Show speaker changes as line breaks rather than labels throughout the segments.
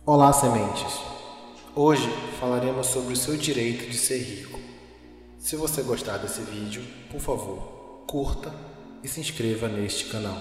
Olá, sementes! Hoje falaremos sobre o seu direito de ser rico. Se você gostar desse vídeo, por favor, curta e se inscreva neste canal.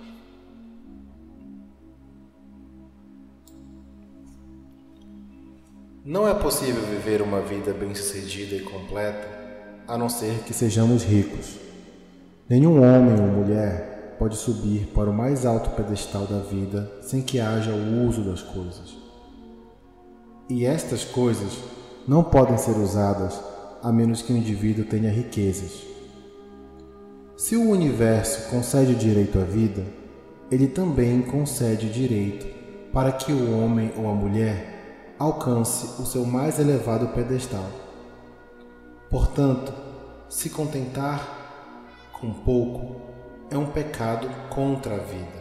Não é possível viver uma vida bem-sucedida e completa a não ser que sejamos ricos. Nenhum homem ou mulher pode subir para o mais alto pedestal da vida sem que haja o uso das coisas. E estas coisas não podem ser usadas a menos que o indivíduo tenha riquezas. Se o universo concede o direito à vida, ele também concede o direito para que o homem ou a mulher alcance o seu mais elevado pedestal. Portanto, se contentar com pouco é um pecado contra a vida.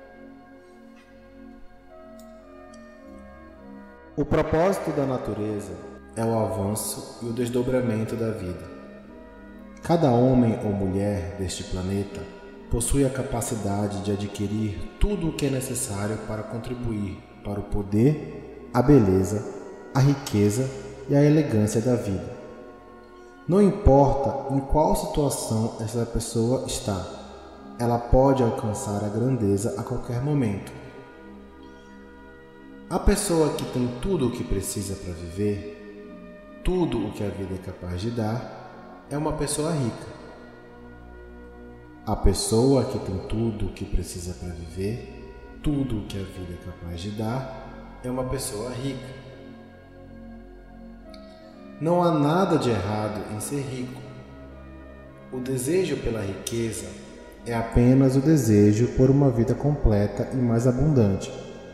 O propósito da natureza é o avanço e o desdobramento da vida. Cada homem ou mulher deste planeta possui a capacidade de adquirir tudo o que é necessário para contribuir para o poder, a beleza, a riqueza e a elegância da vida. Não importa em qual situação essa pessoa está, ela pode alcançar a grandeza a qualquer momento. A pessoa que tem tudo o que precisa para viver, tudo o que a vida é capaz de dar, é uma pessoa rica. A pessoa que tem tudo o que precisa para viver, tudo o que a vida é capaz de dar, é uma pessoa rica. Não há nada de errado em ser rico. O desejo pela riqueza é apenas o desejo por uma vida completa e mais abundante.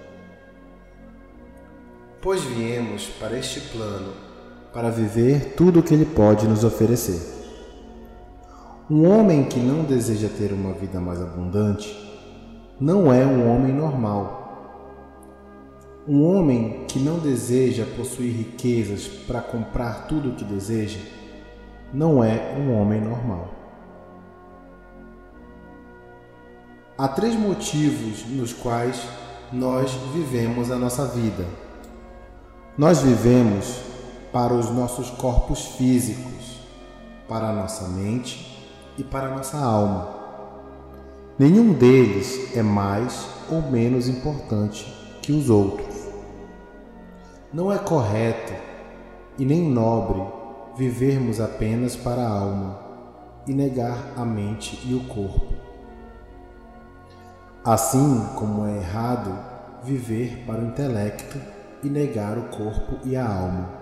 Pois viemos para este plano para viver tudo o que ele pode nos oferecer. Um homem que não deseja ter uma vida mais abundante não é um homem normal. Um homem que não deseja possuir riquezas para comprar tudo o que deseja não é um homem normal. Há 3 motivos nos quais nós vivemos a nossa vida. Nós vivemos para os nossos corpos físicos, para a nossa mente e para a nossa alma. Nenhum deles é mais ou menos importante que os outros. Não é correto e nem nobre vivermos apenas para a alma e negar a mente e o corpo. Assim como é errado viver para o intelecto e negar o corpo e a alma.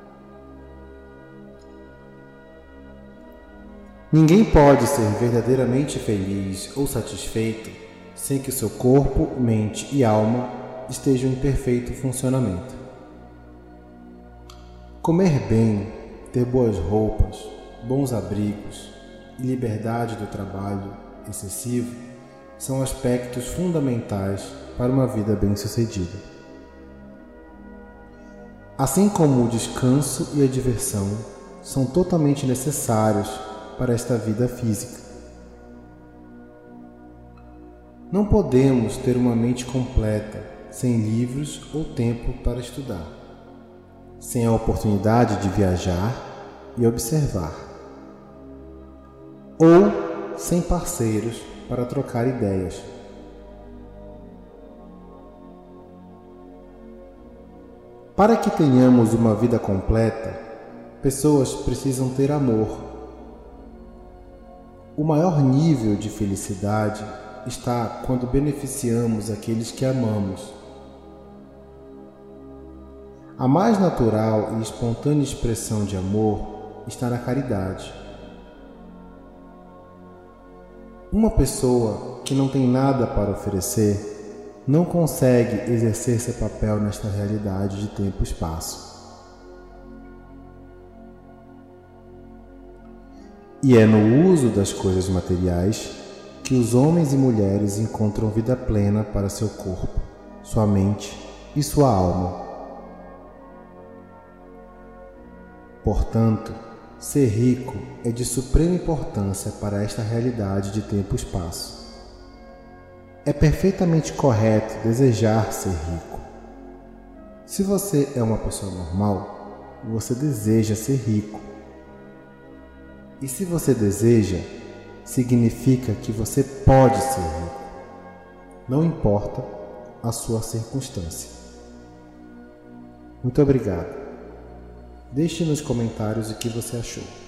Ninguém pode ser verdadeiramente feliz ou satisfeito sem que seu corpo, mente e alma estejam em perfeito funcionamento. Comer bem, ter boas roupas, bons abrigos e liberdade do trabalho excessivo são aspectos fundamentais para uma vida bem-sucedida. Assim como o descanso e a diversão são totalmente necessários para esta vida física. Não podemos ter uma mente completa sem livros ou tempo para estudar, sem a oportunidade de viajar e observar, ou sem parceiros para trocar ideias. Para que tenhamos uma vida completa, pessoas precisam ter amor. O maior nível de felicidade está quando beneficiamos aqueles que amamos. A mais natural e espontânea expressão de amor está na caridade. Uma pessoa que não tem nada para oferecer não consegue exercer seu papel nesta realidade de tempo e espaço. E é no uso das coisas materiais que os homens e mulheres encontram vida plena para seu corpo, sua mente e sua alma. Portanto, ser rico é de suprema importância para esta realidade de tempo e espaço. É perfeitamente correto desejar ser rico. Se você é uma pessoa normal, você deseja ser rico. E se você deseja, significa que você pode ser rico. Não importa a sua circunstância. Muito obrigado. Deixe nos comentários o que você achou.